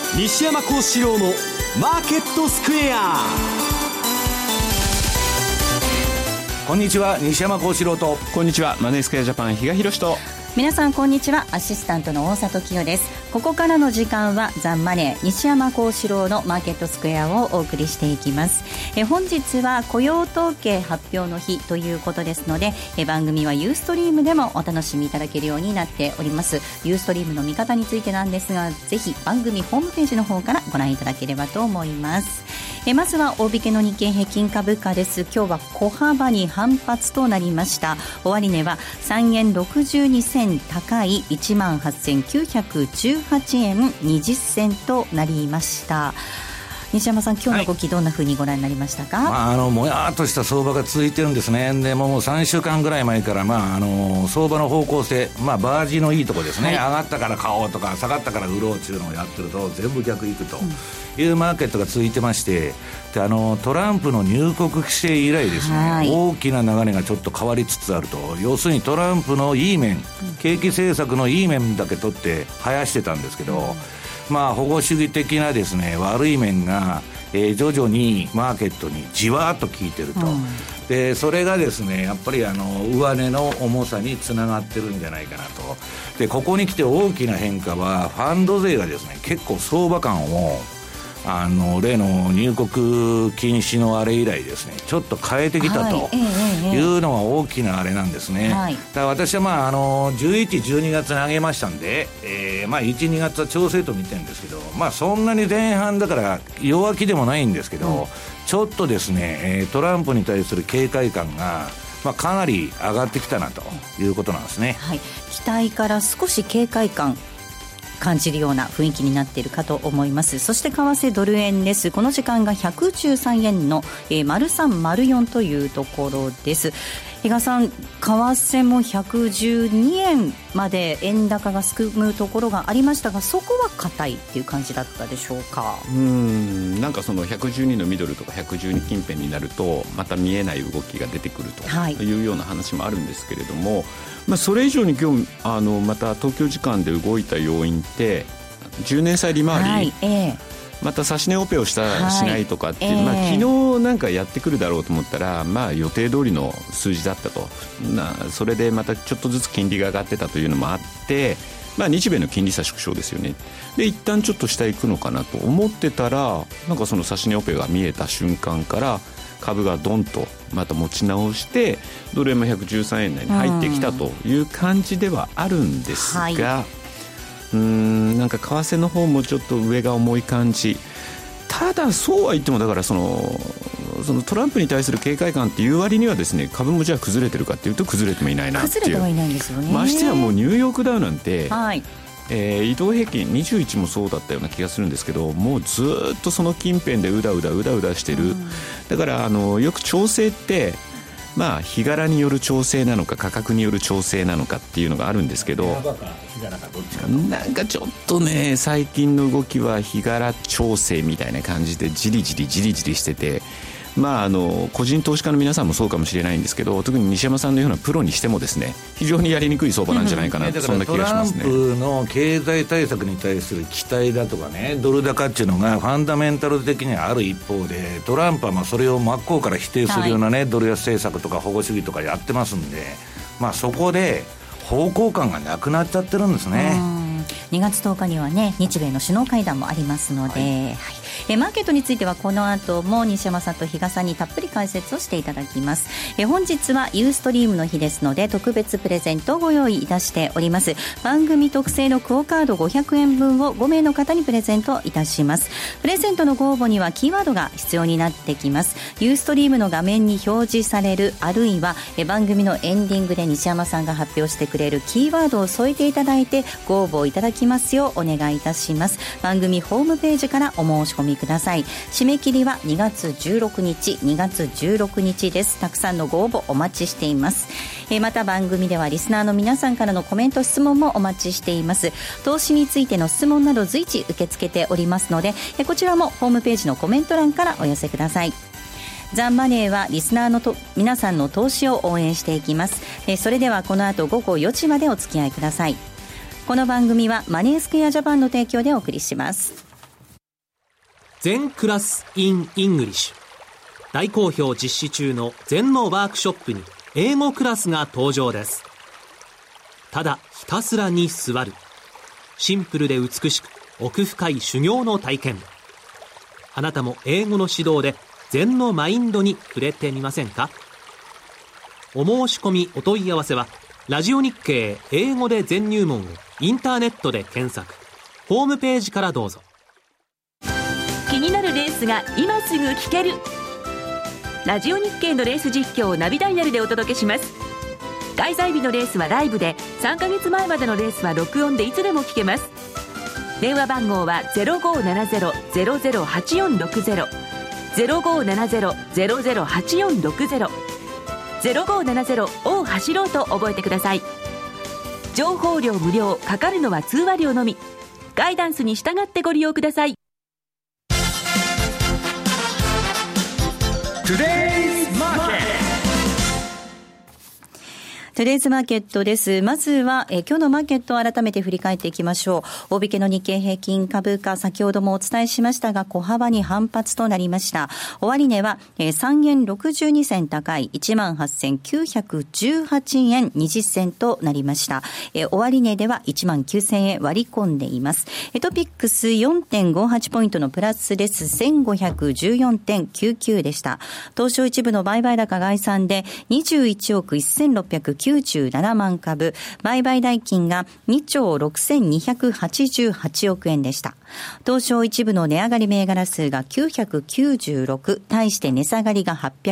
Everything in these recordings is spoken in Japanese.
西山幸四郎のマーケットスクエア。 こんにちは、西山幸四郎と。 こんにちは、マネースクエアジャパン比嘉宏と。 皆さんこんにちは、アシスタントの大里清です。ここからの時間はザンマネー西山幸四郎のマーケットスクエアをお送りしていきます。本日は雇用統計発表の日ということですので、番組はユーストリームでもお楽しみいただけるようになっております。ユーストリームの見方についてなんですが、ぜひ番組ホームページの方からご覧いただければと思います。まずは大引けの日経平均株価です。今日は小幅に反発となりました。終値は3円62銭高い 18,918 円20銭となりました。西山さん、今日の動きどんな風にご覧になりましたか？ もやっとした相場が続いてるんですね。でもう3週間ぐらい前から、相場の方向性、バージのいいとこですね、上がったから買おうとか下がったから売ろうっていうのをやってると全部逆いくというマーケットが続いてまして、でトランプの入国規制以来ですね、大きな流れがちょっと変わりつつあると。要するにトランプのいい面、景気政策のいい面だけ取って生やしてたんですけど、保護主義的なですね悪い面が、徐々にマーケットにじわーっと効いてると、でそれがですねやっぱり上値の重さにつながってるんじゃないかなと。でここに来て大きな変化はファンド税がですね結構相場感を例の入国禁止のあれ以来ですねちょっと変えてきたというのが大きなあれなんですね。だから私は11、12月に上げましたんで、1、2月は調整と見てるんですけど、そんなに前半だから弱気でもないんですけど、ちょっとですねトランプに対する警戒感がかなり上がってきたなということなんですね。 期待から少し警戒感感じるような雰囲気になっているかと思います。そして為替ドル円です。この時間が113円の、0304というところです。比嘉さん、為替も112円まで円高が進むところがありましたが、そこは硬いっていう感じだったでしょうか？ なんかその112のミドルとか112近辺になるとまた見えない動きが出てくるというような話もあるんですけれども、それ以上に今日また東京時間で動いた要因って10年債利回り、また指し値オペをしたしないとかっていう、昨日なんかやってくるだろうと思ったら、予定通りの数字だったと。それでまたちょっとずつ金利が上がってたというのもあって、日米の金利差縮小ですよね。で一旦ちょっと下行くのかなと思ってたら、なんかその指し値オペが見えた瞬間から株がドンとまた持ち直してドル円も113円台に入ってきたという感じではあるんですが、なんか為替の方もちょっと上が重い感じ。ただそうは言ってもだからそのトランプに対する警戒感っていう割にはですね、株もじゃあ崩れてるかっていうと崩れてもいないなっていう。 崩れてはいないんですよね。 ましてやもうニューヨークダウなんて、移動平均21もそうだったような気がするんですけど、もうずっとその近辺でうだうだしてる。だからよく調整って日柄による調整なのか価格による調整なのかっていうのがあるんですけど、なんかちょっとね最近の動きは日柄調整みたいな感じでじりじりしてて、個人投資家の皆さんもそうかもしれないんですけど、特に西山さんのようなプロにしてもですね非常にやりにくい相場なんじゃないかなと、そんな気がしますね。 トランプの経済対策に対する期待だとかね、ドル高っていうのがファンダメンタル的にはある一方で、トランプはそれを真っ向から否定するようなドル安政策とか保護主義とかやってますんで、そこで方向感がなくなっちゃってるんですね。 2月10日にはね日米の首脳会談もありますので、マーケットについてはこの後も西山さんと比嘉さんにたっぷり解説をしていただきます。本日はユーストリームの日ですので特別プレゼントをご用意いたしております。番組特製のクオカード500円分を5名の方にプレゼントいたします。プレゼントのご応募にはキーワードが必要になってきます。ユーストリームの画面に表示される、あるいは番組のエンディングで西山さんが発表してくれるキーワードを添えていただいてご応募いただきますようお願いいたします。番組ホームページからお申し込みください。締め切りは2月16日です。たくさんのご応募お待ちしています。また番組ではリスナーの皆さんからのコメント質問もお待ちしています。投資についての質問など随時受け付けておりますので、こちらもホームページのコメント欄からお寄せください。ザンマネーはリスナーの皆さんの投資を応援していきます。それではこの後午後4時までお付き合いください。この番組はマネースクエアジャパンの提供でお送りします。 全クラス in イングリッシュ。大好評実施中の全のワークショップに英語クラスが登場です。ただひたすらに座る。シンプルで美しく奥深い修行の体験。あなたも英語の指導で禅のマインドに触れてみませんか？お申し込みお問い合わせはラジオ日経英語で禅入門をインターネットで検索、ホームページからどうぞ。 気になるレースが今すぐ聞ける。ラジオ日経のレース実況をナビダイヤルでお届けします。開催日のレースはライブで、3ヶ月前までのレースは録音でいつでも聞けます。電話番号は 0570-008460 0570-008460 0570を走ろうと覚えてください。情報料無料、かかるのは通話料のみ。ガイダンスに従ってご利用ください。 トゥデイズマーケットです。まずは今日のマーケットを改めて振り返っていきましょう。大引けの日経平均株価、先ほどもお伝えしましたが小幅に反発となりました。終値は3円62銭高い 18,918 円20銭となりました。終値では 19,000 円割り込んでいます。トピックス 4.58 ポイントのプラスです。 1514.99 でした。東証一部の売買高概算で21億1697万株、売買代金が2兆6288億円でした。東証一部の値上がり銘柄数が996、対して値下がりが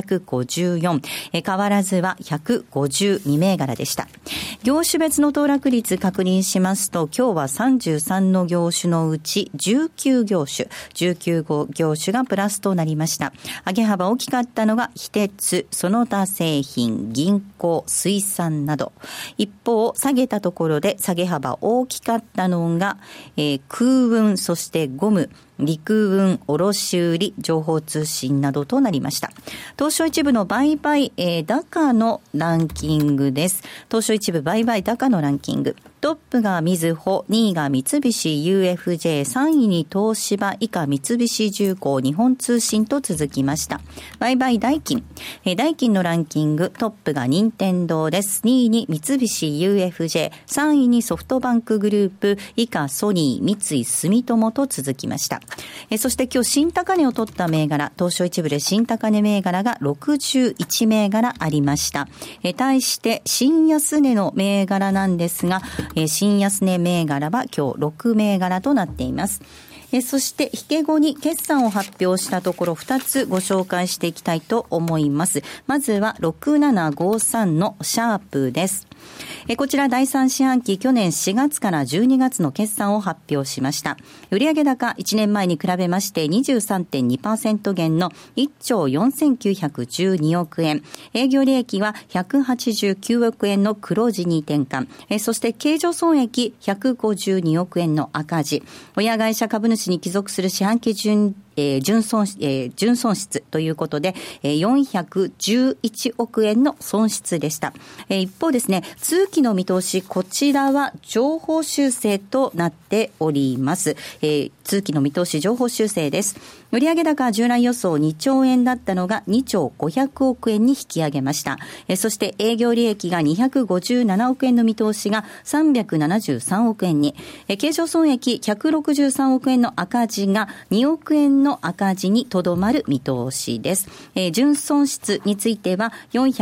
854、変わらずは152銘柄でした。業種別の騰落率確認しますと、今日は33の業種のうち19業種がプラスとなりました。上げ幅大きかったのが非鉄、その他製品、銀行、水産など。一方、下げたところで下げ幅大きかったのが、空運、そしてゴム、陸運、卸売、情報通信などとなりました。東証一部の売買、高のランキングです。東証一部売買高のランキング。トップがみずほ、2位が三菱 UFJ、3位に東芝、以下三菱重工、日本通信と続きました。売買代金、代金のランキング、トップが任天堂です。2位に三菱 UFJ、3位にソフトバンクグループ、以下ソニー、三井住友と続きました。そして今日新高値を取った銘柄、東証一部で新高値銘柄が61銘柄ありました。対して新安値の銘柄なんですが、新安値銘柄は今日6銘柄となっています。そして引け後に決算を発表したところ2つご紹介していきたいと思います。まずは6753のシャープです。こちら第3四半期去年4月から12月の決算を発表しました。売上高1年前に比べまして 23.2% 減の1兆4912億円。営業利益は189億円の黒字に転換。そして経常損益152億円の赤字。親会社株主に帰属する四半期純損失ということで、411億円の損失でした。一方ですね、通期の見通し、こちらは上方修正となっております。通期の見通し上方修正です。売上高従来予想2兆円だったのが2兆500億円に引き上げました。そして営業利益が257億円の見通しが373億円に、経常損益163億円の赤字が2億円の赤字にとどまる見通しです。純損失については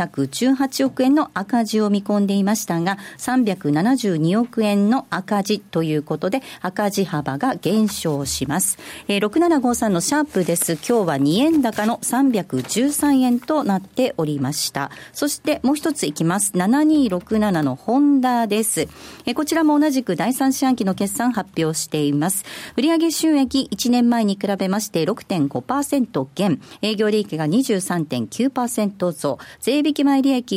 418億円の赤字を見込んでいましたが、372億円の赤字ということで赤字幅が減少します。6753のシャープです。今日は2円高の313円となっておりました。そしてもう一ついきます。7267のホンダです。こちらも同じく第3四半期の決算発表しています。売上収益1年前に比べまして 6.5% 減、営業利益が 23.9% 増、税引き前利益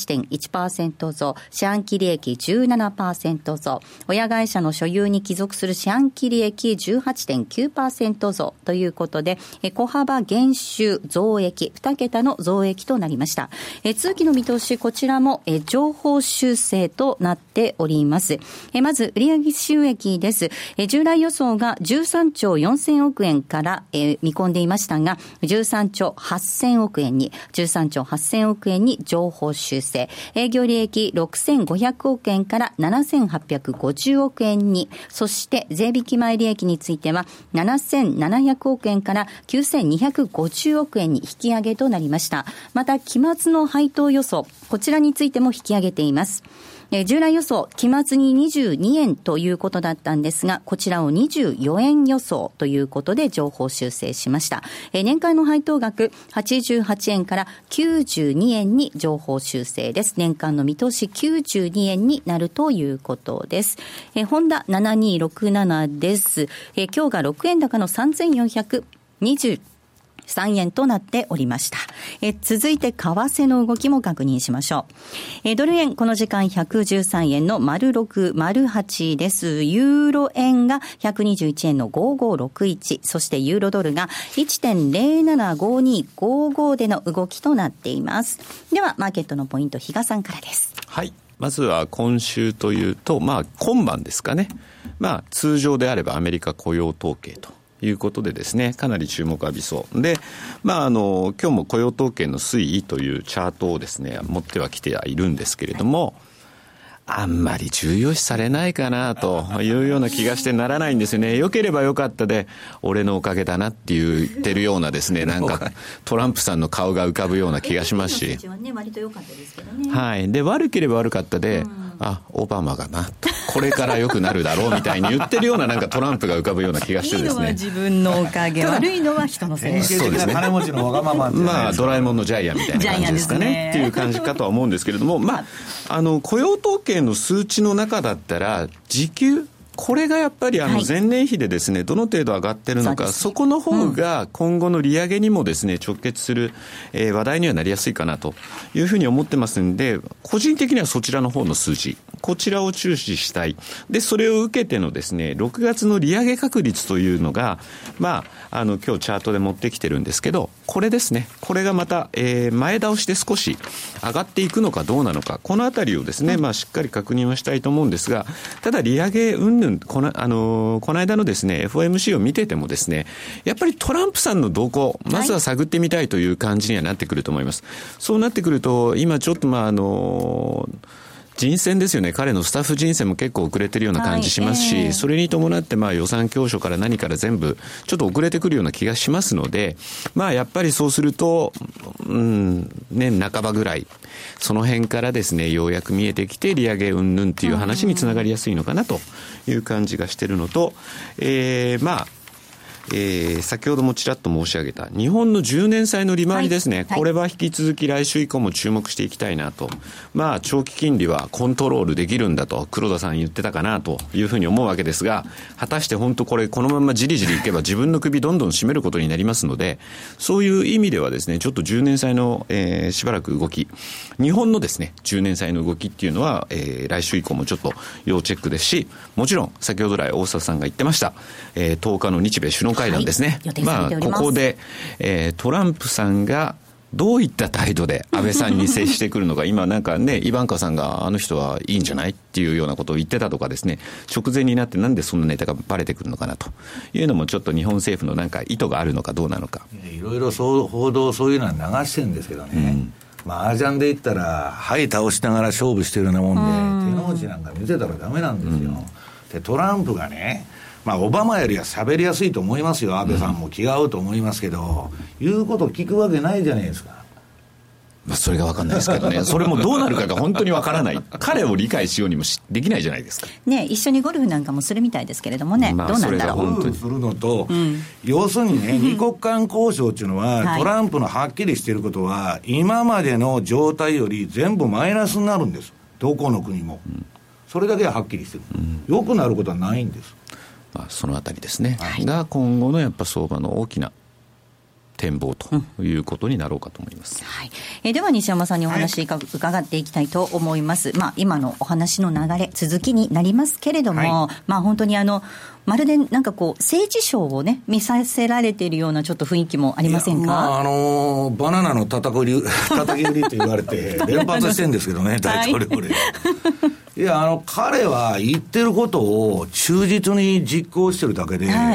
18.1% 増、四半期利益 17% 増、親会社の所有に帰属する四半期利益 18.9% 増ということで、小幅減収増益、2桁の増益となりました。通期の見通し、こちらも上方修正となっております。まず売上収益です。従来予想が13兆4000億円からが、見込んでいましたが13兆8000億円に上方修正、営業利益6500億円から7850億円に、そして税引き前利益については7700億円から9250億円に引き上げとなりました。また期末の配当予想、こちらについても引き上げています。従来予想、期末に22円ということだったんですが、こちらを24円予想ということで上方修正しました。年間の配当額88円から92円に上方修正です。年間の見通し92円になるということです。ホンダ7267です。今日が6円高の3423円となっておりました。続いて為替の動きも確認しましょう。ドル円この時間113円の06、08です。ユーロ円が121円の5561、そしてユーロドルが 1.075255 での動きとなっています。ではマーケットのポイント、比嘉さんからです。 はい、まずは今週というと、今晩ですかね。通常であればアメリカ雇用統計ということでですね、かなり注目を浴びそうで、今日も雇用統計の推移というチャートをですね持ってはきてはいるんですけれども、あんまり重要視されないかなというような気がしてならないんですよね。良ければ良かったで俺のおかげだなって言ってるようなですね、なんかトランプさんの顔が浮かぶような気がしますし、 割と良かったですけどね。 はい。で、悪ければ悪かったで、オバマがな、これから良くなるだろうみたいに言ってるようななんかトランプが浮かぶような気がしてですね。 いいのは自分のおかげ、悪いのは人のせい。 そうですね。金持ちのわがままドラえもんのジャイアンみたいな感じですかね。っていう感じかとは思うんですけれども、雇用統計の数値の中だったら時給、これがやっぱり前年比でですね、どの程度上がってるのか、そこの方が今後の利上げにもですね直結する話題にはなりやすいかなというふうに思ってますんで、個人的にはそちらの方の数字、こちらを注視したい。で、それを受けてのですね6月の利上げ確率というのが今日チャートで持ってきてるんですけど、これですね、これがまた前倒しで少し上がっていくのかどうなのか、このあたりをですねしっかり確認はしたいと思うんですが、ただ利上げこの間のですね FOMC を見ててもですね、やっぱりトランプさんの動向、まずは探ってみたいという感じにはなってくると思います。そうなってくると今ちょっと人選ですよね。彼のスタッフ人選も結構遅れてるような感じしますし、それに伴って予算教書から何から全部ちょっと遅れてくるような気がしますので、やっぱりそうすると年半ばぐらいその辺からですねようやく見えてきて利上げ云々っていう話につながりやすいのかなという感じがしてるのと、先ほどもちらっと申し上げた日本の10年債の利回りですね、これは引き続き来週以降も注目していきたいなと。長期金利はコントロールできるんだと黒田さん言ってたかなというふうに思うわけですが、果たして本当このままじりじりいけば自分の首どんどん締めることになりますので、そういう意味ではですねちょっと10年債の、しばらく動き、日本のですね10年債の動きっていうのは、来週以降もちょっと要チェックですし、もちろん先ほど来大沢さんが言ってました、10日の日米首脳会談ですね、ここで、トランプさんがどういった態度で安倍さんに接してくるのか今なんかねイバンカさんがあの人はいいんじゃないっていうようなことを言ってたとかですね、直前になってなんでそんなネタがバレてくるのかなというのもちょっと日本政府のなんか意図があるのかどうなのか、 いろいろ報道そういうのは流してるんですけどね、麻雀で言ったら倒しながら勝負してるようなもんで、手の内なんか見せたらダメなんですよ。でトランプがねオバマよりは喋りやすいと思いますよ。安倍さんも気が合うと思いますけど、言うこと聞くわけないじゃないですか。 それが分かんないですけどねそれもどうなるかが本当に分からない。彼を理解しようにもできないじゃないですかね。一緒にゴルフなんかもするみたいですけれどもね、どうなんだろう。 ゴルフするのと、要するにね二国間交渉っていうのは、トランプのはっきりしていることは今までの状態より全部マイナスになるんです。どこの国も、それだけははっきりしてる、良くなることはないんです。 そのあたりですね、が今後のやっぱ相場の大きな展望ということになろうかと思います、 では西山さんにお話伺っていきたいと思います、今のお話の流れ続きになりますけれども、本当にまるでなんか政治ショーをね見させられているようなちょっと雰囲気もありませんか。 バナナの叩き売りと言われて連発してるんですけどね大統領で、いや彼は言ってることを忠実に実行してるだけで、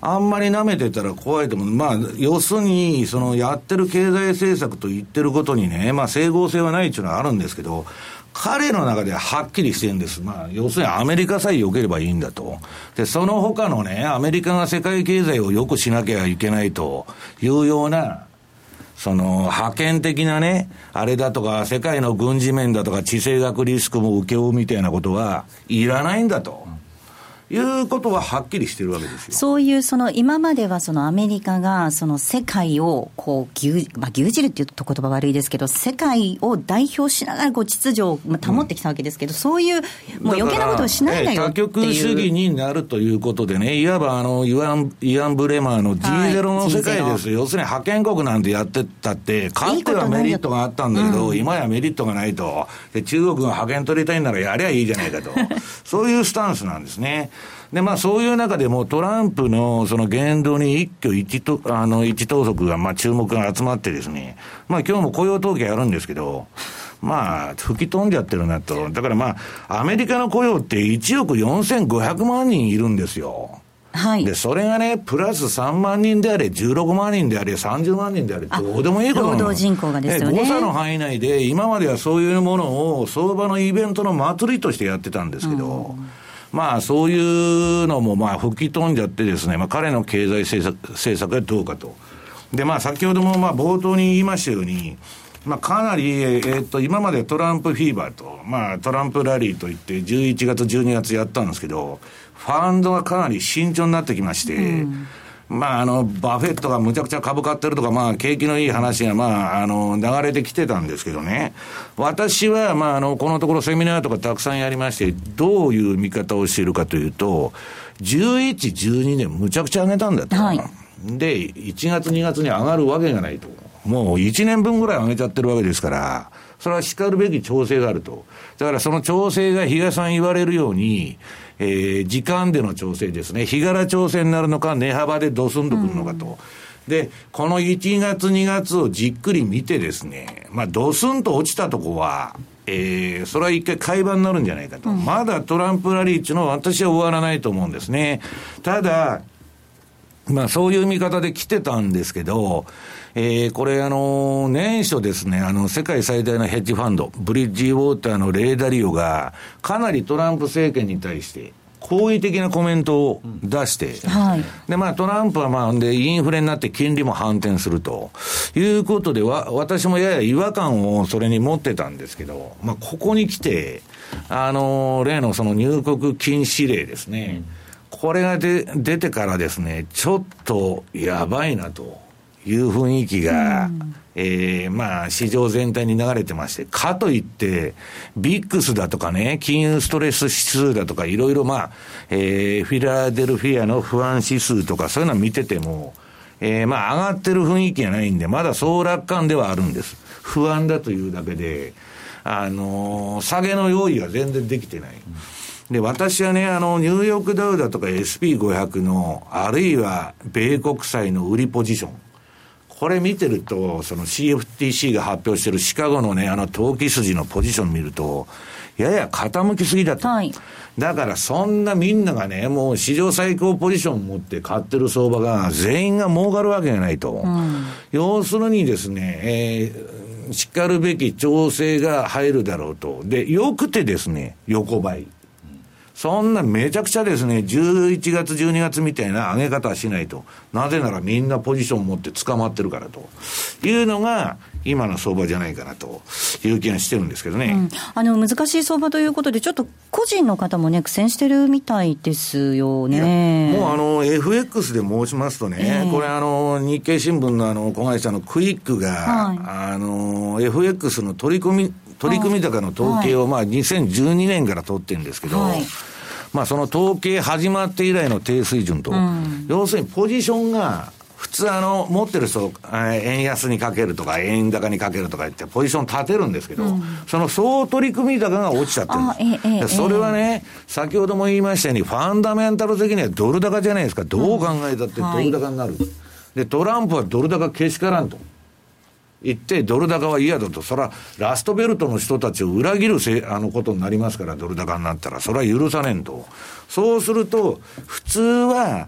あんまり舐めてたら怖いと思う。まあ、要するに、そのやってる経済政策と言ってることにね、まあ、整合性はないっていうのはあるんですけど、彼の中でははっきりしてるんです。まあ、要するにアメリカさえ良ければいいんだと。で、その他のね、アメリカが世界経済を良くしなきゃいけないというような、その、覇権的なね、あれだとか、世界の軍事面だとか、地政学リスクも請け負うみたいなことはいらないんだと。いうことははっきりしてるわけですよ。 そういうその今まではそのアメリカがその世界をこう牛耳るっていうと言葉悪いですけど、世界を代表しながらこう秩序を保ってきたわけですけど、そういうもう余計なことをしないんだよっていう、 多極主義になるということでね、いわばイアン・ブレマーの G0 の世界です、要するに覇権国なんてやってたってかつてはメリットがあったんだけど、今やメリットがないと。で、中国が覇権取りたいならやりゃいいじゃないかとそういうスタンスなんですね。で、まあそういう中でもトランプのその言動に一挙一投足が、まあ注目が集まってですね、まあ今日も雇用統計やるんですけど、まあ吹き飛んじゃってるなと。だからまあアメリカの雇用って1億4500万人いるんですよ。 はい。 で、それがね、プラス3万人であれ、16万人であれ、30万人であれ、どうでもいいことなの。 労働人口がですよね。 誤差の範囲内で、今まではそういうものを相場のイベントの祭りとしてやってたんですけど、まあそういうのもまあ吹き飛んじゃってですね、まあ彼の経済政策はどうかと。で、まあ先ほどもまあ冒頭に言いましたように、まあかなり、今までトランプフィーバーと、まあトランプラリーといって11月12月やったんですけど、ファンドがかなり慎重になってきまして、まあバフェットがむちゃくちゃ株買ってるとか、まあ景気のいい話がまあ流れてきてたんですけどね。私はまあこのところセミナーとかたくさんやりまして、どういう見方をしているかというと、11、12年むちゃくちゃ上げたんだと。 はい、 で、1月2月に上がるわけがないと。もう1年分ぐらい上げちゃってるわけですから、それは叱るべき調整があると。だからその調整が比嘉さん言われるように、時間での調整ですね。日柄調整になるのか、値幅でドスンとくるのかと。で、この1月2月をじっくり見てですね、まあドスンと落ちたとこは、それは一回買い場になるんじゃないかと。まだトランプラリーっていうのは私は終わらないと思うんですね。ただ、まあそういう見方で来てたんですけど、これ年初ですね、世界最大のヘッジファンド、ブリッジウォーターのレーダリオが、かなりトランプ政権に対して、好意的なコメントを出して、 はい、 で、まあトランプはまあ、で、インフレになって金利も反転するということでは、私もやや違和感をそれに持ってたんですけど、まあここに来て、例のその入国禁止令ですね、これが出てからですね、ちょっとやばいなという雰囲気が、まあ市場全体に流れてまして、かといってビックスだとかね、金融ストレス指数だとかいろいろまあ、フィラデルフィアの不安指数とかそういうのを見てても、まあ上がってる雰囲気がないんで、まだ総楽観ではあるんです。不安だというだけで、下げの用意が全然できてない。で、私はね、ニューヨークダウだとか SP500 の、あるいは米国債の売りポジション。これ見てると、その CFTC が発表してるシカゴのね、投機筋のポジション見ると、やや傾きすぎだと。 はい、 だからそんなみんながね、もう史上最高ポジション持って買ってる相場が全員が儲かるわけがないと。要するにですね、しかるべき調整が入るだろうと。で、よくてですね、横ばい。そんなめちゃくちゃですね、11月、12月みたいな上げ方はしないと。なぜならみんなポジション持って捕まってるからというのが今の相場じゃないかなという気がしてるんですけどね。 難しい相場ということで、ちょっと個人の方もね、苦戦してるみたいですよね。 もうFX で申しますとね、これ日経新聞の子会社のクイックが、FX の取り組み高の統計をまあ2012年から取ってるんですけど、まあその統計始まって以来の低水準と、要するにポジションが普通持ってる人、円安にかけるとか円高にかけるとか言ってポジション立てるんですけど、その総取り組み高が落ちちゃってるんです。それはね、先ほども言いましたようにファンダメンタル的にはドル高じゃないですか。どう考えたってドル高になる。で、トランプはドル高けしからんと言ってドル高は嫌だと。それはラストベルトの人たちを裏切ることになりますから、ドル高になったらそれは許さねんと。そうすると普通は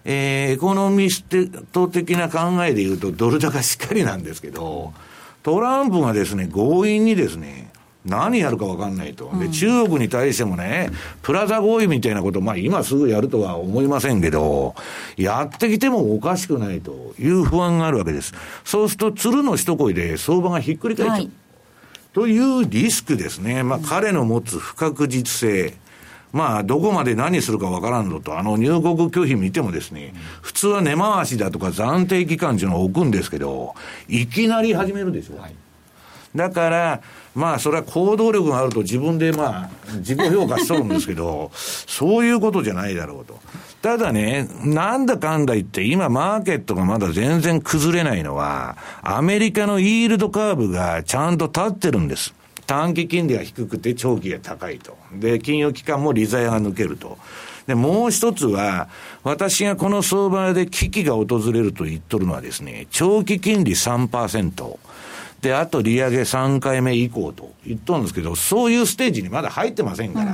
エコノミスト的な考えで言うとドル高しっかりなんですけど、トランプがですね、強引にですね、何やるか分かんないと。で、中国に対してもね、プラザ合意みたいなこと、まあ今すぐやるとは思いませんけど、やってきてもおかしくないという不安があるわけです。そうすると、鶴の一声で相場がひっくり返っちゃう。はい、というリスクですね。まあ彼の持つ不確実性。まあ、どこまで何するかわからんのと、入国拒否見てもですね、普通は根回しだとか暫定期間っていうのを置くんですけど、いきなり始めるでしょ。はい、だから、まあ、それは行動力があると自分でまあ、自己評価しとるんですけど、そういうことじゃないだろうと。ただね、なんだかんだ言って、今マーケットがまだ全然崩れないのは、アメリカのイールドカーブがちゃんと立ってるんです。短期金利が低くて長期が高いと。で、金融機関も利ざやが抜けると。で、もう一つは、私がこの相場で危機が訪れると言っとるのはですね、長期金利 3%。で、あと利上げ3回目以降と言っとるんですけど、そういうステージにまだ入ってませんから、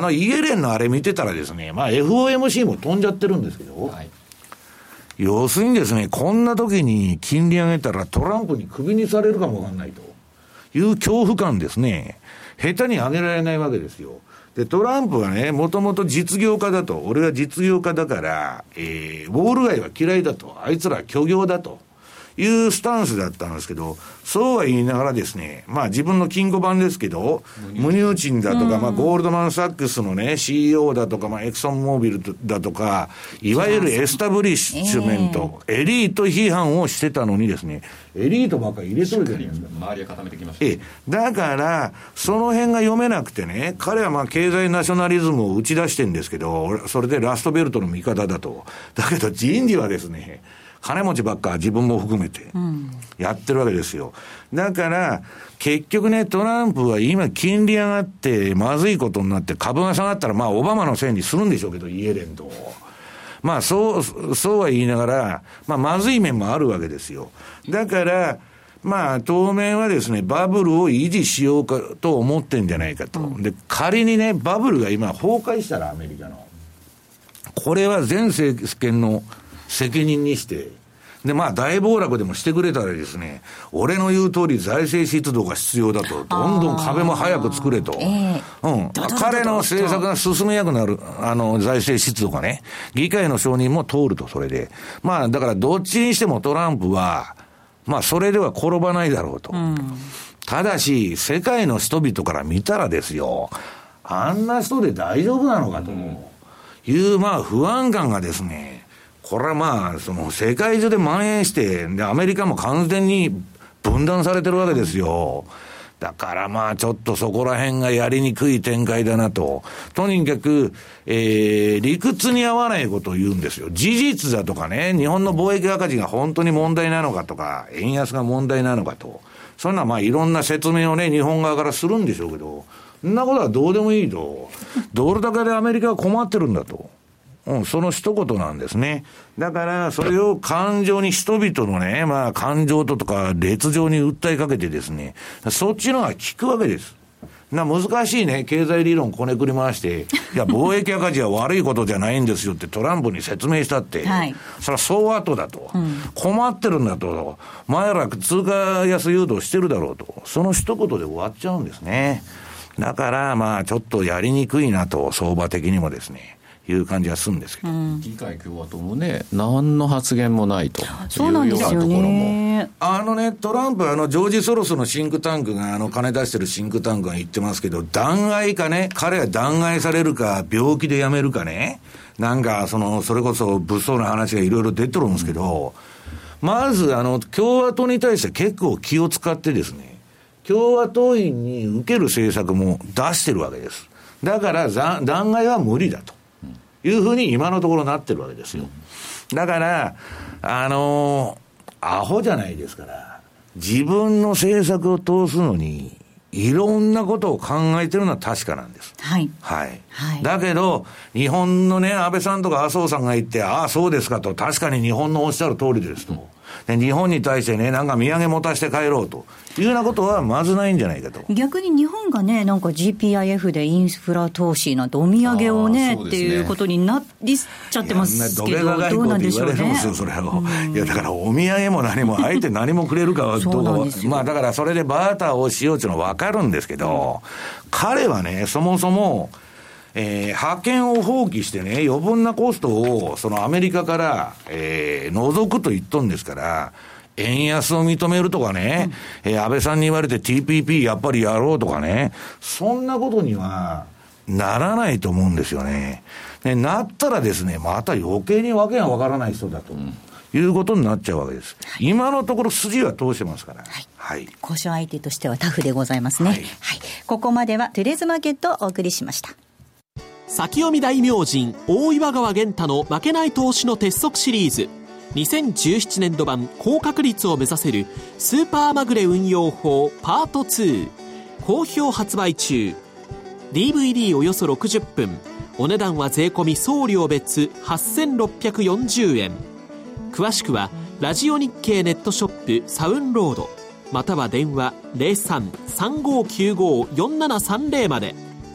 イエレンのあれ見てたらですね、まあ FOMC も飛んじゃってるんですけど、はい、要するにですね、こんな時に金利上げたらトランプにクビにされるかもわかんないと。いう恐怖感ですね。下手に上げられないわけですよ。で、トランプはね、もともと実業家だと。俺は実業家だから、ウォール街は嫌いだと。あいつら虚業だと。いうスタンスだったんですけど、そうは言いながらですね、まあ自分の金庫版ですけど、ムニューチンだとか、まあゴールドマンサックスのね、CEO だとか、まあエクソンモービルだとか、いわゆるエスタブリッシュメント、エリート批判をしてたのにですね、エリートばっかり入れとるじゃないですか。 周りは固めてきました。 だから、その辺が読めなくてね、彼はまあ経済ナショナリズムを打ち出してるんですけど、それでラストベルトの味方だと。だけど人事はですね、金持ちばっか自分も含めてやってるわけですよ。だから結局ね、トランプは今金利上がってまずいことになって株が下がったら、まあオバマのせいにするんでしょうけど、イエレンとまあそうは言いながら、まあまずい面もあるわけですよ。だからまあ当面はですね、バブルを維持しようかと思ってんじゃないかと。で、仮にね、バブルが今崩壊したら、アメリカのこれは前政権の責任にして、で、まあ、大暴落でもしてくれたらですね、俺の言う通り財政出動が必要だと、どんどん壁も早く作れと。彼の政策が進めやくなる、財政出動がね、議会の承認も通ると、それで。まあ、だからどっちにしてもトランプは、まあ、それでは転ばないだろうと。ただし、世界の人々から見たらですよ、あんな人で大丈夫なのかという、まあ、不安感がですね、これはまあ、その世界中で蔓延して、で、アメリカも完全に分断されてるわけですよ。だからまあ、ちょっとそこら辺がやりにくい展開だなと。とにかく、理屈に合わないことを言うんですよ。事実だとかね、日本の貿易赤字が本当に問題なのかとか、円安が問題なのかと。そんなまあ、いろんな説明をね、日本側からするんでしょうけど、そんなことはどうでもいいと。ドル高でアメリカは困ってるんだと。その一言なんですね。だから、それを感情に、人々のね、まあ、感情とか、烈情に訴えかけてですね、そっちのが効くわけです。難しいね、経済理論こねくり回して、いや、貿易赤字は悪いことじゃないんですよってトランプに説明したって、はい、それはそう後だと、困ってるんだと、前ら通貨安誘導してるだろうと、その一言で終わっちゃうんですね。だから、まあ、ちょっとやりにくいなと、相場的にもですね。いう感じはするんですけど、 議会共和党もね、何の発言もないというようなところも、 トランプはジョージ・ソロスのシンクタンクが金出してるシンクタンクが言ってますけど、弾劾かね、彼は弾劾されるか病気で辞めるかね、なんかそれこそ物騒な話がいろいろ出てるんですけど、まず共和党に対して結構気を使ってですね、共和党員に受ける政策も出してるわけです。だから弾劾は無理だというふうに今のところなってるわけですよ。だからアホじゃないですから、自分の政策を通すのにいろんなことを考えてるのは確かなんです。はい。はい。はい、だけど、日本のね、安倍さんとか麻生さんが言って、ああ、そうですかと、確かに日本のおっしゃる通りですと。 で日本に対してね、なんか土産持たせて帰ろうというようなことはまずないんじゃないかと。 逆に日本がね、なんか GPIF でインフラ投資なんてお土産をね、っていうことになりちゃってますけど、どうなんでしょうね。言われるんですよ、それを。いや、だからお土産も何も、相手何もくれるかはどうかは、まあだからそれでバーターをしようっていうのは分かるんですけど、彼はね、そもそも、派遣を放棄してね、余分なコストをそのアメリカから、除くと言っとんですから、円安を認めるとかね、安倍さんに言われて TPP やっぱりやろうとかね、そんなことにはならないと思うんですよね。でなったらですね、また余計にわけがわからない人だと、いうことになっちゃうわけです。はい、今のところ筋は通してますから。はい。はい、 交渉相手としてはタフでございますね。はい。はい、ここまではトゥデイズマーケットをお送りしました。 先読み大明神大岩川源太の負けない投資の鉄則シリーズ2017年度版高確率を目指せるスーパーまぐれ運用法パート2好評発売中。 DVD およそ60分、お値段は税込み送料別8640円。詳しくはラジオ日経ネットショップサウンロードまたは電話 03-3595-4730 まで。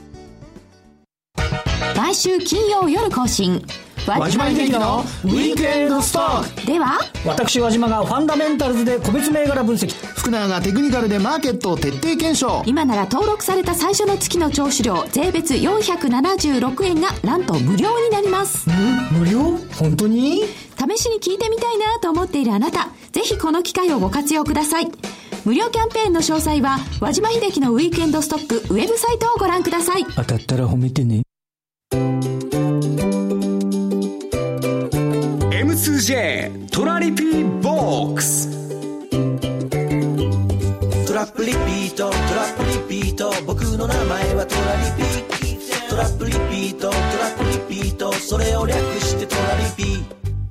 毎週金曜夜更新、 和島秀樹のウィークエンドストックでは、 私和島がファンダメンタルズで個別銘柄分析、 福永がテクニカルでマーケットを徹底検証。 今なら登録された最初の月の聴取料税別476円がなんと無料になります。 無料？本当に？ 試しに聞いてみたいなと思っているあなた、ぜひこの機会をご活用ください。無料キャンペーンの詳細は和島秀樹のウィークエンドストックウェブサイトをご覧ください。 当たったら褒めてね。 M2J トラリピーボックス。 トラップリピート、トラップリピート、僕の名前はトラリピ。トラップリピート、トラップリピート、それを略してトラリピ。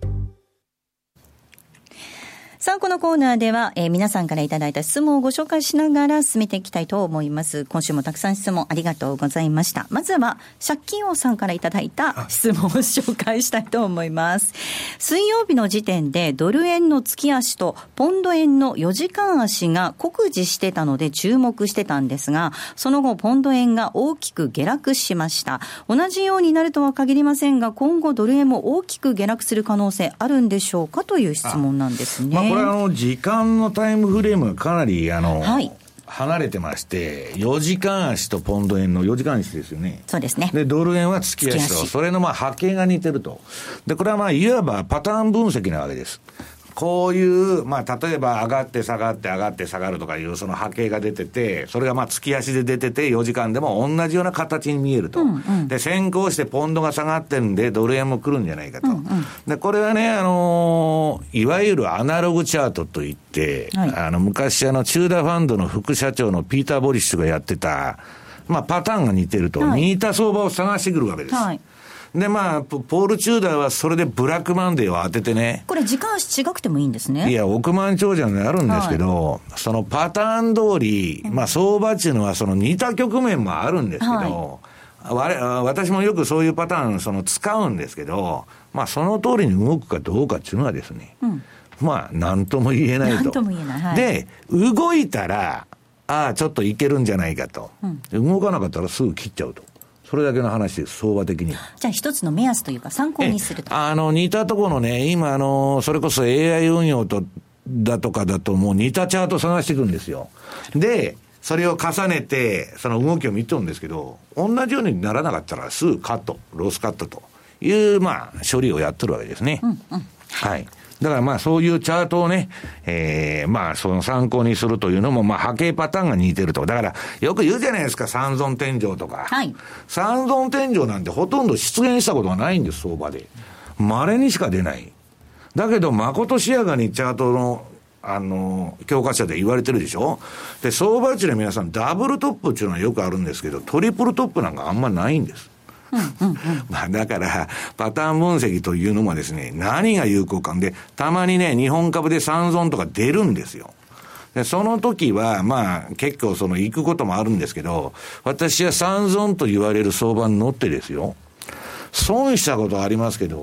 さあ、このコーナーでは、皆さんからいただいた質問をご紹介しながら進めていきたいと思います。今週もたくさん質問ありがとうございました。まずは借金王さんからいただいた質問を紹介したいと思います。水曜日の時点でドル円の月足とポンド円の4時間足が酷似してたので注目してたんですが、その後ポンド円が大きく下落しました。同じようになるとは限りませんが、今後ドル円も大きく下落する可能性あるんでしょうかという質問なんですね。 これ時間のタイムフレームがかなりはい、離れてまして、4時間足とポンド円の4時間足ですよね。 そうですね。 でドル円は月足と、それの波形が似てると。でこれはいわばパターン分析なわけです。こういう、例えば上がって下がって上がって下がるとかいうその波形が出てて、それが月足で出てて4時間でも同じような形に見えると。で、先行してポンドが下がってるんでドル円も来るんじゃないかと。で、これはね、いわゆるアナログチャートといって、はい、昔チューダーファンドの副社長のピーター・ボリッシュがやってた、パターンが似てると、似た相場を探してくるわけです。はい、でポール・チューダーはそれでブラックマンデーを当ててね。 これ時間足違くてもいいんですね。 いや、億万長者になるんですけど、はい、そのパターン通り、相場っていうのはその似た局面もあるんですけど、はい、私もよくそういうパターン使うんですけど、その通りに動くかどうかっていうのはですね、なんとも言えないと。 なんとも言えない。はい、 で、動いたら、ちょっといけるんじゃないかと。動かなかったらすぐ切っちゃうと。それだけの話です、相場的に。 じゃあ一つの目安というか参考にすると。 似たところのね、今それこそ AI 運用だとかだともう似たチャート探していくんですよ。で、それを重ねて、その動きを見とるんですけど、同じようにならなかったらすぐカット、ロスカットという、処理をやってるわけですね。はい。だからそういうチャートをね、その参考にするというのも波形パターンが似てると。だからよく言うじゃないですか、三尊天井とか。はい。三尊天井なんてほとんど出現したことがないんです、相場で。稀にしか出ない。だけどまことしやかにチャートの教科書で言われてるでしょ。で、相場中の皆さんダブルトップっていうのはよくあるんですけど、トリプルトップなんかあんまないんです。だからパターン分析というのもですね、何が有効かで、たまにね、日本株で三尊とか出るんですよ。でその時は結構行くこともあるんですけど、私は三尊と言われる相場に乗ってですよ、損したことありますけど、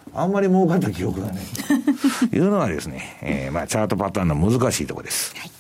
あんまり儲かった記憶がねいうのはですね、チャートパターンの難しいところです。 はい、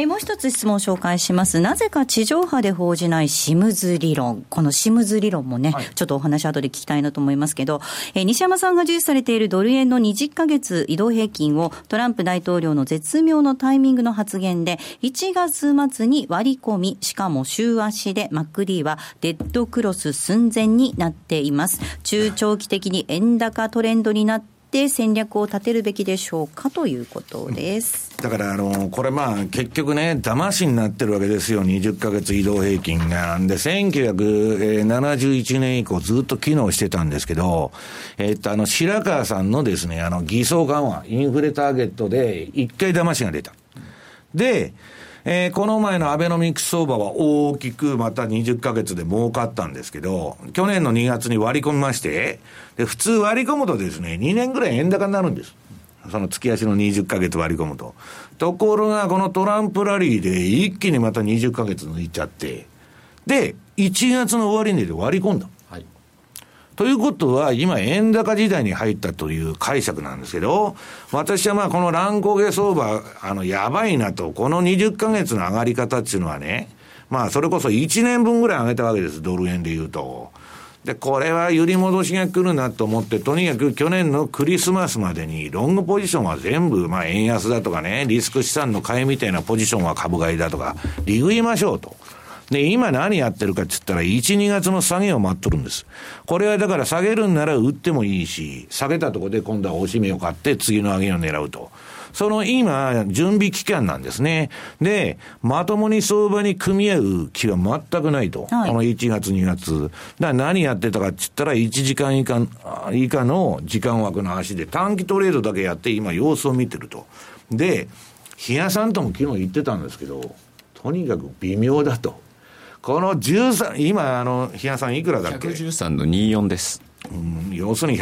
もう一つ質問を紹介します。なぜか地上波で報じないシムズ理論、このシムズ理論もね、ちょっとお話後で聞きたいなと思いますけど、西山さんが重視されているドル円の20ヶ月移動平均をトランプ大統領の絶妙のタイミングの発言で1月末に割り込み、しかも週足でマック D はデッドクロス寸前になっています。中長期的に円高トレンドになって戦略を立てるべきでしょうかということです。 だからこれ結局ね、騙しになってるわけですよ、20ヶ月移動平均が。で、1971年以降ずっと機能してたんですけど、白川さんのですね、偽装緩和、インフレターゲットで一回騙しが出た。で、この前のアベノミクス相場は大きくまた20ヶ月で儲かったんですけど、去年の2月に割り込みまして、で、普通割り込むとですね、2年ぐらい円高になるんです。その月足の20ヶ月割り込むと。ところが、このトランプラリーで一気にまた20ヶ月抜いちゃって、で、1月の終値で割り込んだ。はい。ということは、今、円高時代に入ったという解釈なんですけど、私はこの乱高下相場、やばいなと、この20ヶ月の上がり方っていうのはね、それこそ1年分ぐらい上げたわけです、ドル円で言うと。で、これは揺り戻しが来るなと思って、とにかく去年のクリスマスまでにロングポジションは全部、円安だとかね、リスク資産の買いみたいなポジションは株買いだとか、利食いましょうと。で、今何やってるかって言ったら、1、2月の下げを待っとるんです。これはだから下げるんなら売ってもいいし、下げたところで今度は押し目を買って次の上げを狙うと。その今、準備期間なんですね。で、まともに相場に組み合う気は全くないと。はい、この1月、2月。だから何やってたかって言ったら、1時間以下の時間枠の足で短期トレードだけやって今様子を見てると。で、日野さんとも昨日言ってたんですけど、とにかく微妙だと。この13、今、日野さんいくらだっけ？ 113 の24です。 要するに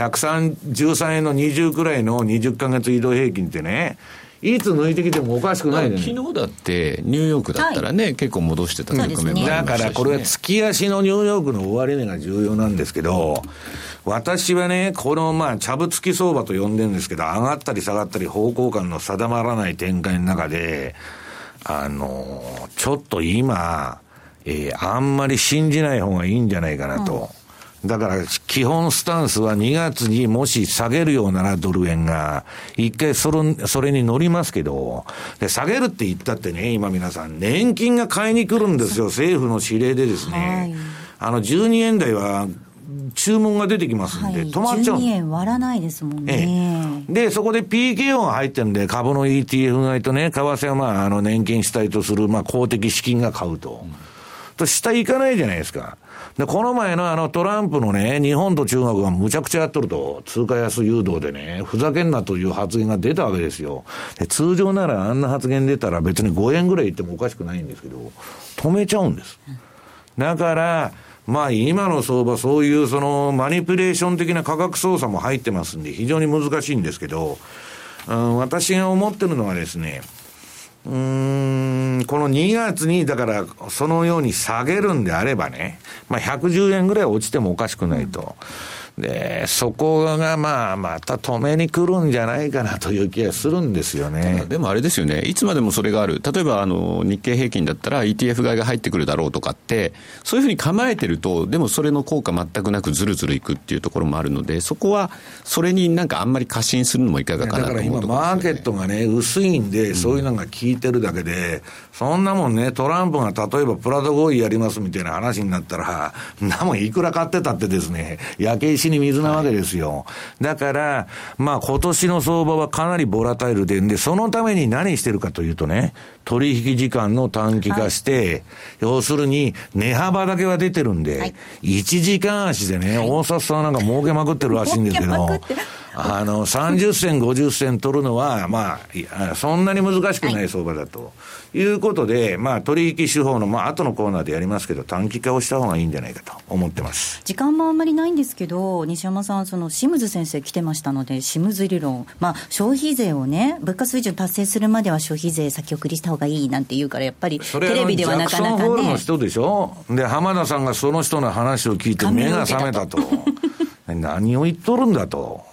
113円の20くらいの20ヶ月移動平均ってね、いつ抜いてきてもおかしくないね。 昨日だってニューヨークだったらね、はい、結構戻してた局面もありましたし、ね、 だからこれは月足のニューヨークの終値が重要なんですけど、私はね、この茶ぶつき相場と呼んでるんですけど、上がったり下がったり方向感の定まらない展開の中で、ちょっと今、あんまり信じない方がいいんじゃないかなと。だから基本スタンスは2月にもし下げるようならドル円が一回それに乗りますけど、で下げるって言ったってね、今皆さん年金が買いに来るんですよ、政府の指令でですね、はい、12円台は注文が出てきますんで、止まっちゃう。 12円割らないですもんね。 で、そこで PKO が入ってるんで、株の ETF 買いとね、為替は年金主体とする公的資金が買うと。と下行かないじゃないですか。で、この前のトランプのね、日本と中国がむちゃくちゃやっとると、通貨安誘導でね、ふざけんなという発言が出たわけですよ。で、通常ならあんな発言出たら別に5円ぐらい言ってもおかしくないんですけど、止めちゃうんです。だから、今の相場、そういうマニピュレーション的な価格操作も入ってますんで、非常に難しいんですけど、私が思ってるのはですね、この2月にだからそのように下げるんであればね、110円ぐらい落ちてもおかしくないと。で、そこがまた止めに来るんじゃないかなという気がするんですよね。 でもあれですよね、いつまでもそれがある。例えば日経平均だったら ETF 買いが入ってくるだろうとかって、そういうふうに構えてると、でもそれの効果全くなくずるずるいくっていうところもあるので、そこはそれにあんまり過信するのもいかがかなと思うところですね。 だから今マーケットがね、薄いんで、そういうのが効いてるだけで、そんなもんね、トランプが例えばプラド合意やりますみたいな話になったら、もいくら買ってたってですね、焼け石に水なわけですよ。だから、今年の相場はかなりボラタイルで、そのために何してるかというとね、取引時間の短期化して、要するに値幅だけは出てるんで、1時間足でね、大札さんなんか儲けまくってるらしいんですけど、30銭、50銭取るのは、そんなに難しくない相場だということで、取引手法の、後のコーナーでやりますけど、短期化をした方がいいんじゃないかと思ってます。 時間もあんまりないんですけど、西山さん、シムズ先生来てましたので、シムズ理論、消費税をね、物価水準達成するまでは消費税先送りした方がいいなんて言うから、やっぱりテレビではなかなかね。 ジャクソンホールの人でしょ。で、浜田さんがその人の話を聞いて目が覚めたと。何を言っとるんだと。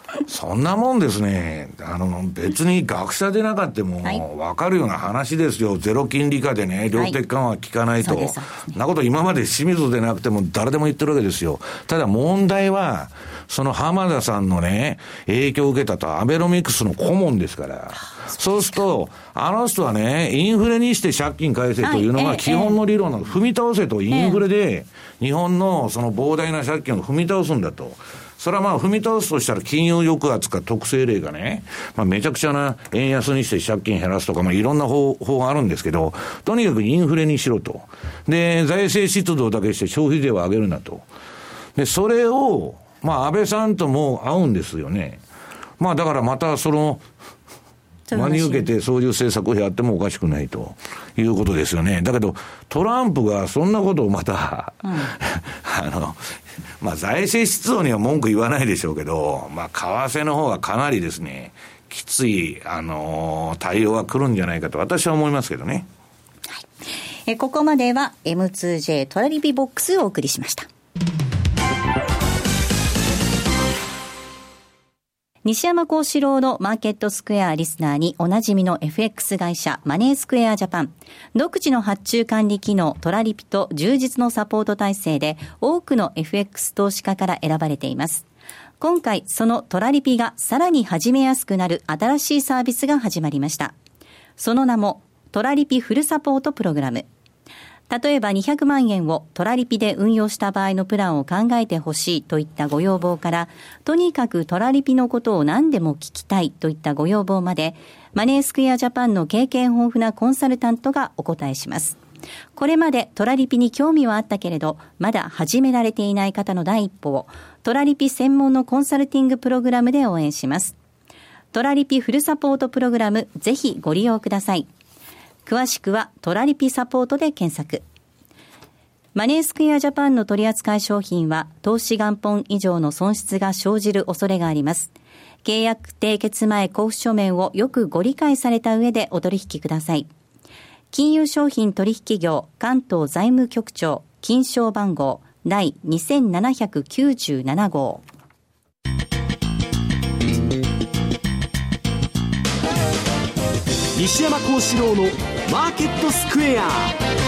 そんなもんですね。別に学者でなかっても分かるような話ですよ。ゼロ金利下でね、量的緩和効かないと。そんなこと今まで清水でなくても誰でも言ってるわけですよ。ただ問題は、その浜田さんのね、影響を受けたとアベノミクスの顧問ですから。そうすると、あの人はね、インフレにして借金返せというのが基本の理論なの。踏み倒せと、インフレで日本のその膨大な借金を踏み倒すんだと。それはまあ踏み倒すとしたら金融抑圧か特性例がね、まあめちゃくちゃな円安にして借金減らすとか、まあいろんな方法があるんですけど、とにかくインフレにしろと。で、財政出動だけして消費税を上げるなと。で、それを、まあ安倍さんとも合うんですよね。まあだからまた真に受けてそういう政策をやってもおかしくないということですよね。だけどトランプがそんなことをまた、まあ財政出動には文句言わないでしょうけど、まあ為替の方はかなりですね、きつい対応が来るんじゃないかと私は思いますけどね。 はい、ここまでは M2J トラリピボックスをお送りしました。西山幸四郎のマーケットスクエアリスナーにおなじみの FX 会社マネースクエアジャパン。独自の発注管理機能トラリピと充実のサポート体制で多くの FX 投資家から選ばれています。今回そのトラリピがさらに始めやすくなる新しいサービスが始まりました。その名もトラリピフルサポートプログラム。例えば200万円をトラリピで運用した場合のプランを考えてほしいといったご要望から、とにかくトラリピのことを何でも聞きたいといったご要望まで、マネースクエアジャパンの経験豊富なコンサルタントがお答えします。これまでトラリピに興味はあったけれど、まだ始められていない方の第一歩を、トラリピ専門のコンサルティングプログラムで応援します。トラリピフルサポートプログラム、ぜひご利用ください。詳しくはトラリピサポートで検索。マネースクエアジャパンの取扱い商品は投資元本以上の損失が生じる恐れがあります。契約締結前交付書面をよくご理解された上でお取引ください。金融商品取引業関東財務局長金商番号第2797号。 西山幸四郎のマーケットスクエア。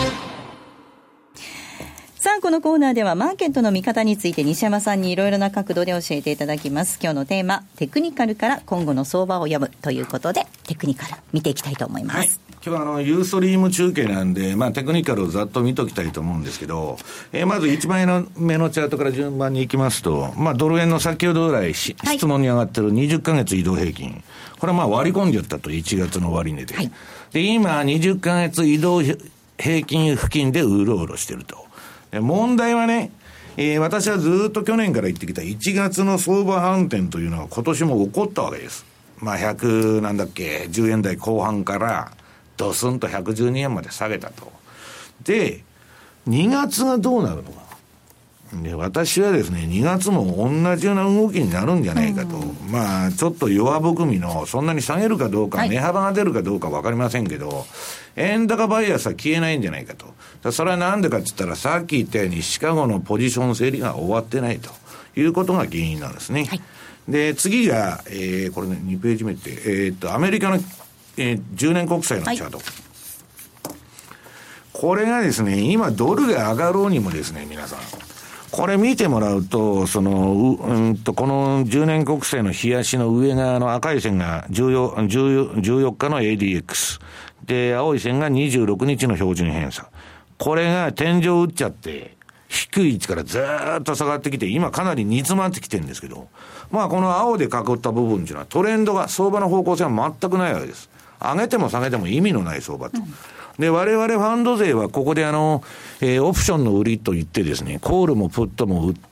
さあこのコーナーではマーケットの見方について西山さんにいろいろな角度で教えていただきます。今日のテーマ、テクニカルから今後の相場を読むということで、テクニカル見ていきたいと思います。はい、 今日はユーストリーム中継なんで、まあ、テクニカルをざっと見ときたいと思うんですけど、まず1番目のチャートから順番に行きますと、まあ、ドル円の先ほど来、質問に上がってる20ヶ月移動平均、これはまあ割り込んじゃったと、1月の終値で、はい、で今20ヶ月移動平均付近でうろうろしてると。問題はね、私はずっと去年から言ってきた1月の相場反転というのは今年も起こったわけです。まあ10円台後半からドスンと112円まで下げたと。で、2月がどうなるのか。で、私はですね、2月も同じような動きになるんじゃないかと。まあ、ちょっと弱含みの、そんなに下げるかどうか、値幅が出るかどうか分かりませんけど、円高バイアスは消えないんじゃないかと。それはなんでかって言ったら、さっき言ったようにシカゴのポジション整理が終わってないということが原因なんですね。はい、で、次が、これね、2ページ目って、アメリカの、10年国債のチャート。はい、これがですね、今ドルが上がろうにもですね、皆さん。これ見てもらうと、この10年国債の日足の上側の赤い線が14日の ADX。で、青い線が26日の標準偏差。これが天井打っちゃって、低い位置からずーっと下がってきて、今かなり煮詰まってきてるんですけど、まあこの青で囲った部分っていうのはトレンドが、相場の方向性は全くないわけです。上げても下げても意味のない相場と。で、我々ファンド勢はここでオプションの売りといってですね、コールもプットも売って、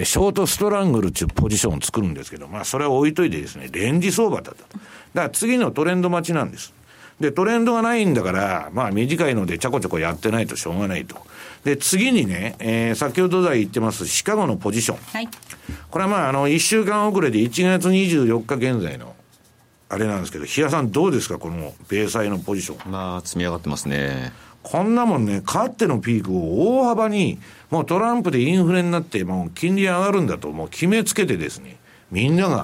ショートストラングルっていうポジションを作るんですけど、まあそれは置いといてですね、レンジ相場だったと。だから次のトレンド待ちなんです。で、トレンドがないんだから、まあ短いのでちょこちょこやってないとしょうがないと。で、次にね、先ほど来言ってますシカゴのポジション。はい。これはまあ1週間遅れで1月24日現在のあれなんですけど、日野さんどうですか、この米債のポジション。 まあ積み上がってますね。 こんなもんね、かつてのピークを大幅に、もうトランプでインフレになって、もう金利上がるんだと、もう決めつけてですね、みんなが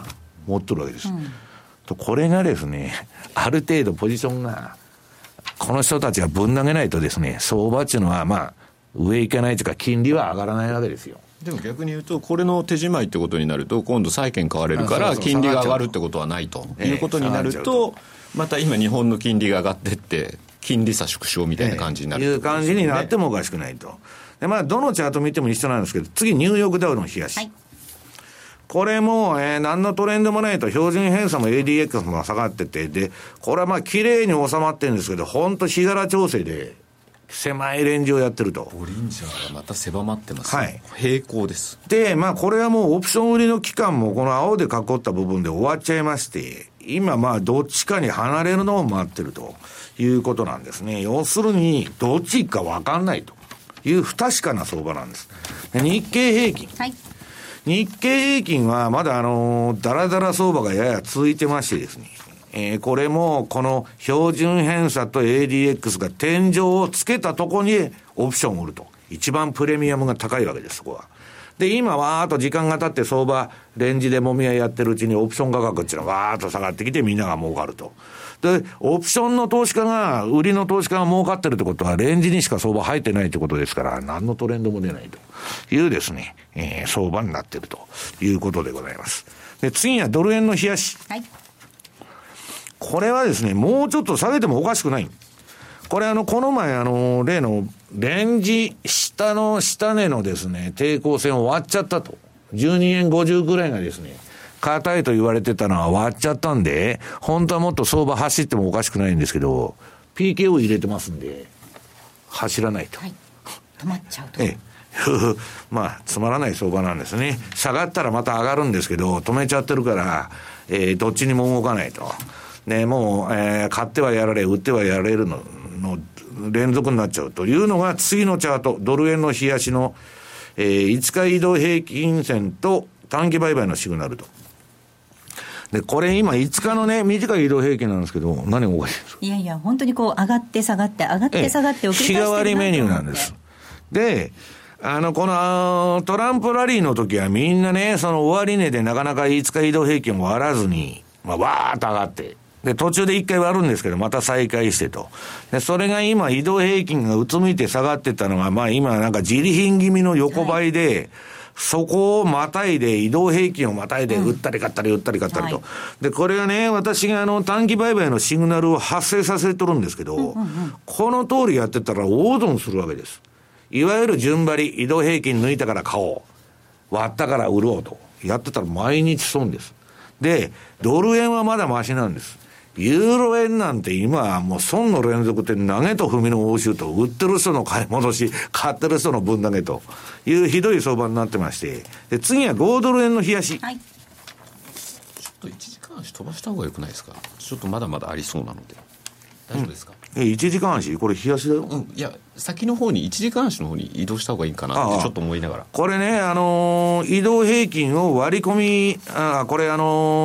持っとるわけです。これがですね、ある程度ポジションが、この人たちがぶん投げないとですね、相場っていうのは上行かないというか、金利は上がらないわけですよ。 でも逆に言うと、これの手締まいってことになると、今度債券買われるから金利が上がるってことはないということになると、また今日本の金利が上がってって金利差縮小みたいな感じになる、 いう感じになってもおかしくないと。でどのチャート見ても一緒なんですけど、次ニューヨークダウの冷やし、はい、これも、何のトレンドもないと、標準偏差も ADX も下がってて、でこれは綺麗に収まってるんですけど、本当日柄調整で狭いレンジをやってると。 ボリンジャーがまた狭まってます、 ね、はい、 平行です。 でこれはもうオプション売りの期間もこの青で囲った部分で終わっちゃいまして、今どっちかに離れるのを待ってるということなんですね。要するにどっちか分かんないという不確かな相場なんです。日経平均、はい、日経平均はまだダラダラ相場がやや続いてましてですね、これもこの標準偏差と ADX が天井をつけたとこにオプションを売ると、一番プレミアムが高いわけです、そこは。で今わーっと時間が経って相場レンジでもみ合いやってるうちにオプション価格っていうのはわーっと下がってきてみんなが儲かると。でオプションの投資家が、売りの投資家が儲かってるってことはレンジにしか相場入ってないってことですから、何のトレンドも出ないというですね、相場になってるということでございます。で次はドル円の冷やし、はい、これはですね、もうちょっと下げてもおかしくない。これこの前例のレンジ下の下値のですね、抵抗線を割っちゃったと。12円50ぐらいがですね、硬いと言われてたのは割っちゃったんで、本当はもっと相場走ってもおかしくないんですけど、PKO 入れてますんで、走らないと。はい、 止まっちゃうと。 つまらない相場なんですね。下がったらまた上がるんですけど、止めちゃってるから、どっちにも動かないと。ね、もう、買ってはやられ、売ってはやられるの連続になっちゃうというのが次のチャート、ドル円の冷やしの、5日移動平均線と短期売買のシグナルと。で、これ今5日のね、短い移動平均なんですけど、何がおかしいですか？ いやいや、本当に上がって下がって、上がって下がってを繰り返してるなと思って。日替わりメニューなんです。 で、このトランプラリーの時はみんなね、その終値でなかなか5日移動平均を割らずに、わーっと上がって、で、途中で一回割るんですけど、また再開してと。で、それが今、移動平均がうつむいて下がってたのが、今なんか自利品気味の横ばいで、はい、そこをまたいで、移動平均をまたいで、売ったり買ったり、売ったり買ったりと。はい、で、これはね、私が短期売買のシグナルを発生させとるんですけど、この通りやってたら大損するわけです。いわゆる順張り、移動平均抜いたから買おう。割ったから売ろうと。やってたら毎日損です。で、ドル円はまだマシなんです。ユーロ円なんて今はもう損の連続で投げと踏みの応酬と、売ってる人の買い戻し、買ってる人の分投げというひどい相場になってまして、で次は5ドル円の冷やし、はい、ちょっと1時間足飛ばした方がよくないですか？ちょっとまだまだありそうなので大丈夫ですか ？1時間足これ冷やしだよ。 いや先の方に1時間足の方に移動した方がいいかなってちょっと思いながら。 これね、移動平均を割り込み、これ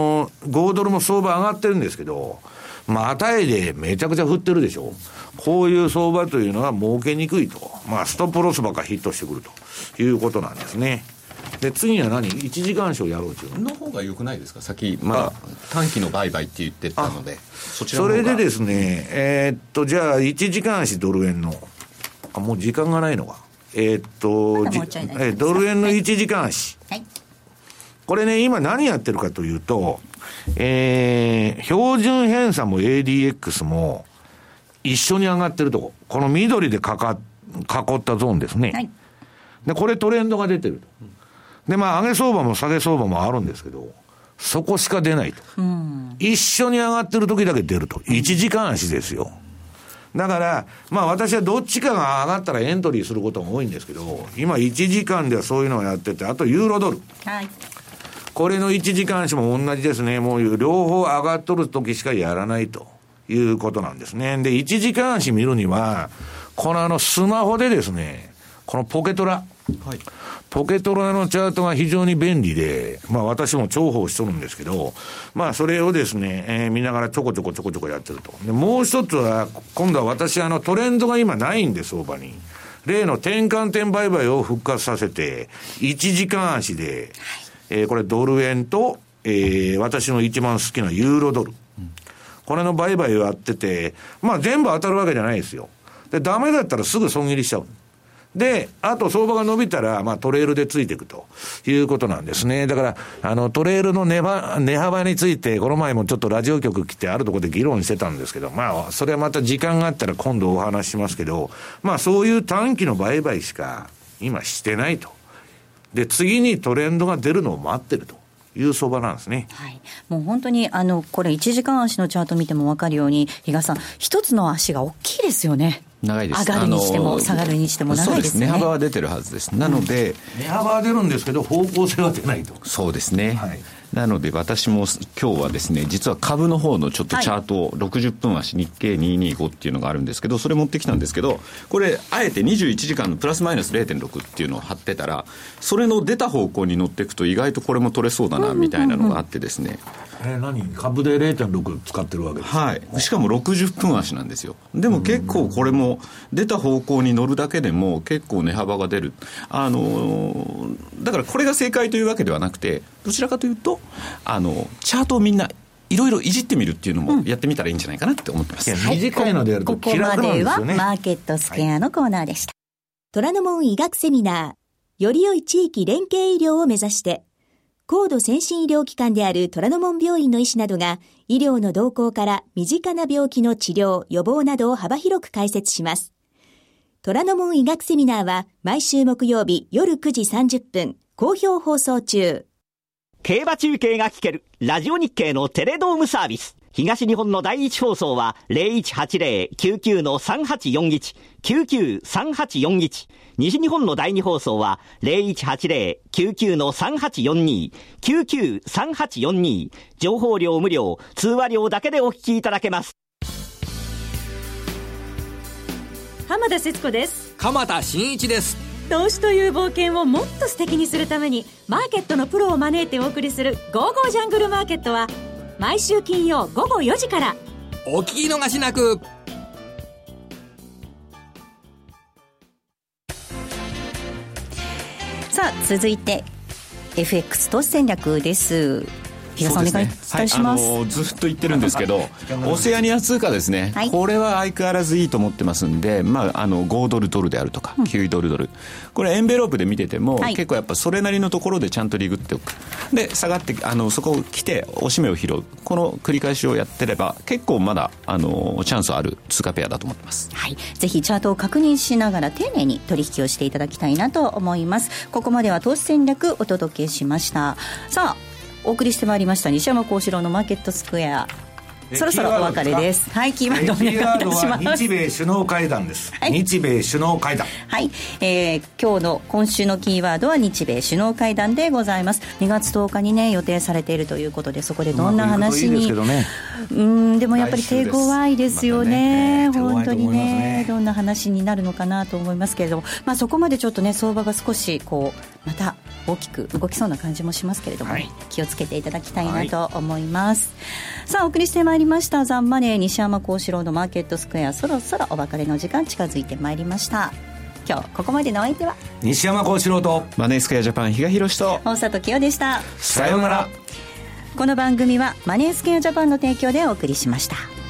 5ドルも相場上がってるんですけど、またいでめちゃくちゃ振ってるでしょ。こういう相場というのは儲けにくいと。ストップロスばっかヒットしてくるということなんですね。で次は1時間足をやろうというの方が良くないですか？先まだ短期の売買って言ってたので、 それでですね、じゃあ1時間足ドル円のもう時間がないのか、ドル円の1時間足、はい、これね今何やってるかというと、標準偏差も ADX も一緒に上がってるとこ、この緑で囲ったゾーンですね、はい、でこれトレンドが出てると。で上げ相場も下げ相場もあるんですけど、そこしか出ないと、一緒に上がってる時だけ出ると。1時間足ですよ。だから私はどっちかが上がったらエントリーすることが多いんですけど、今1時間ではそういうのをやってて、あとユーロドル、はい、これの1時間足も同じですね。もう両方上がっとる時しかやらないということなんですね。で1時間足見るにはこのスマホでですね、このポケトラ、はい、ポケトラのチャートが非常に便利で、私も重宝しとるんですけど、それをですね、見ながらちょこちょこやってると。でもう一つは、今度は私トレンドが今ないんで、相場に。例の転換点売買を復活させて、1時間足で、これドル円と、 私の一番好きなユーロドル、これの売買をやってて、まあ全部当たるわけじゃないですよ。で、ダメだったらすぐ損切りしちゃう。で、あと相場が伸びたら、まあトレールでついていくということなんですね。だから、トレールの値幅について、この前もちょっとラジオ局来てあるところで議論してたんですけど、まあ、それはまた時間があったら今度お話ししますけど、まあそういう短期の売買しか今してないと。で、次にトレンドが出るのを待ってるという相場なんですね。 はい。もう本当にこれ1時間足のチャート見ても分かるように、比嘉さん、一つの足が大きいですよね。 長いです。 上がるにしても下がるにしても長いですね。 値幅は出てるはずです。なので、 値幅は出るんですけど方向性は出ないと。 そうですね。はい。なので私も今日はですね、実は株の方のちょっとチャートを60分足日経225っていうのがあるんですけど、それ持ってきたんですけど、これあえて21時間のプラスマイナス 0.6 っていうのを貼ってたら、それの出た方向に乗っていくと意外とこれも取れそうだなみたいなのがあってですね。 何株で 0.6 使ってるわけですか。 はい。しかも60分足なんですよ。でも結構これも出た方向に乗るだけでも結構値幅が出る。だからこれが正解というわけではなくて、どちらかというとチャートをみんないろいろいじってみるっていうのもやってみたらいいんじゃないかなって思ってます。 短いのでやると気楽なんですよね。 ここまではマーケットスクエアのコーナーでした。 虎ノ門医学セミナー、より良い地域連携医療を目指して、高度先進医療機関である虎ノ門病院の医師などが医療の動向から身近な病気の治療、予防などを幅広く解説します。虎ノ門医学セミナーは毎週木曜日夜9時30分、好評放送中。 競馬中継が聞けるラジオ日経のテレドームサービス。東日本の第一放送は 0180-99-3841 99-3841。西日本の第二放送は 0180-99-3842 99-3842。情報量無料、通話料だけでお聞きいただけます。 浜田節子です。 鎌田新一です。 投資という冒険をもっと素敵にするためにマーケットのプロを招いてお送りするゴーゴージャングルマーケットは毎週金曜午後4時から。 お聞き逃しなく。 さあ続いて FX 投資戦略です。比嘉さん、お願いいたします。 ずっと言ってるんですけどオセアニア通貨ですね、はい、これは相変わらずいいと思ってますんで、5ドルドルであるとか9ドルドル、これエンベロープで見てても、結構やっぱそれなりのところでちゃんとリグっておく。で下がってそこを来て押し目を拾う、この繰り返しをやってれば結構まだチャンスある通貨ペアだと思ってます。 はい、ぜひチャートを確認しながら丁寧に取引をしていただきたいなと思います。ここまでは投資戦略お届けしました。さあお送りしてまいりました西山幸四郎のマーケットスクエア、そろそろお別れです。はい、キーワードお願いいたします。 日米首脳会談です、はい、日米首脳会談、 はい、今週のキーワードは日米首脳会談でございます。2月10日にね予定されているということで、そこでどんな話に、でもやっぱり手強いですよね、本当にね、どんな話になるのかなと思いますけれども、そこまでちょっとね相場が少しまた大きく動きそうな感じもしますけれども、気をつけていただきたいなと思います。さあお送りしてまいりましたザンマネー西山幸四郎のマーケットスクエア、そろそろお別れの時間近づいてまいりました。今日ここまでのお相手は西山幸四郎とマネースクエアジャパン比嘉宏と大里清でした。 さようなら。 この番組はマネースクエアジャパンの提供でお送りしました。